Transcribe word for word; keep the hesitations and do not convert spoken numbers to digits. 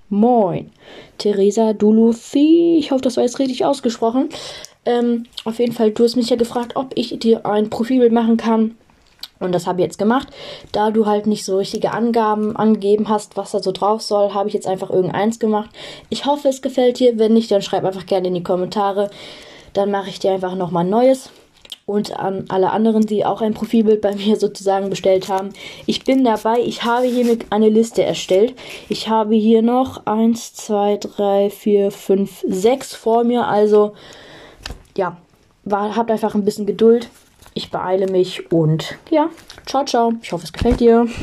Moin, Theresa Duluthi. Ich hoffe, das war jetzt richtig ausgesprochen. Ähm, auf jeden Fall, du hast mich ja gefragt, ob ich dir ein Profilbild machen kann. Und das habe ich jetzt gemacht. Da du halt nicht so richtige Angaben angegeben hast, was da so drauf soll, habe ich jetzt einfach irgendeins gemacht. Ich hoffe, es gefällt dir. Wenn nicht, dann schreib einfach gerne in die Kommentare. Dann mache ich dir einfach nochmal ein neues. Und an alle anderen, die auch ein Profilbild bei mir sozusagen bestellt haben. Ich bin dabei. Ich habe hiermit eine Liste erstellt. Ich habe hier noch eins, zwei, drei, vier, fünf, sechs vor mir. Also, ja, war, habt einfach ein bisschen Geduld. Ich beeile mich und ja, ciao, ciao. Ich hoffe, es gefällt dir.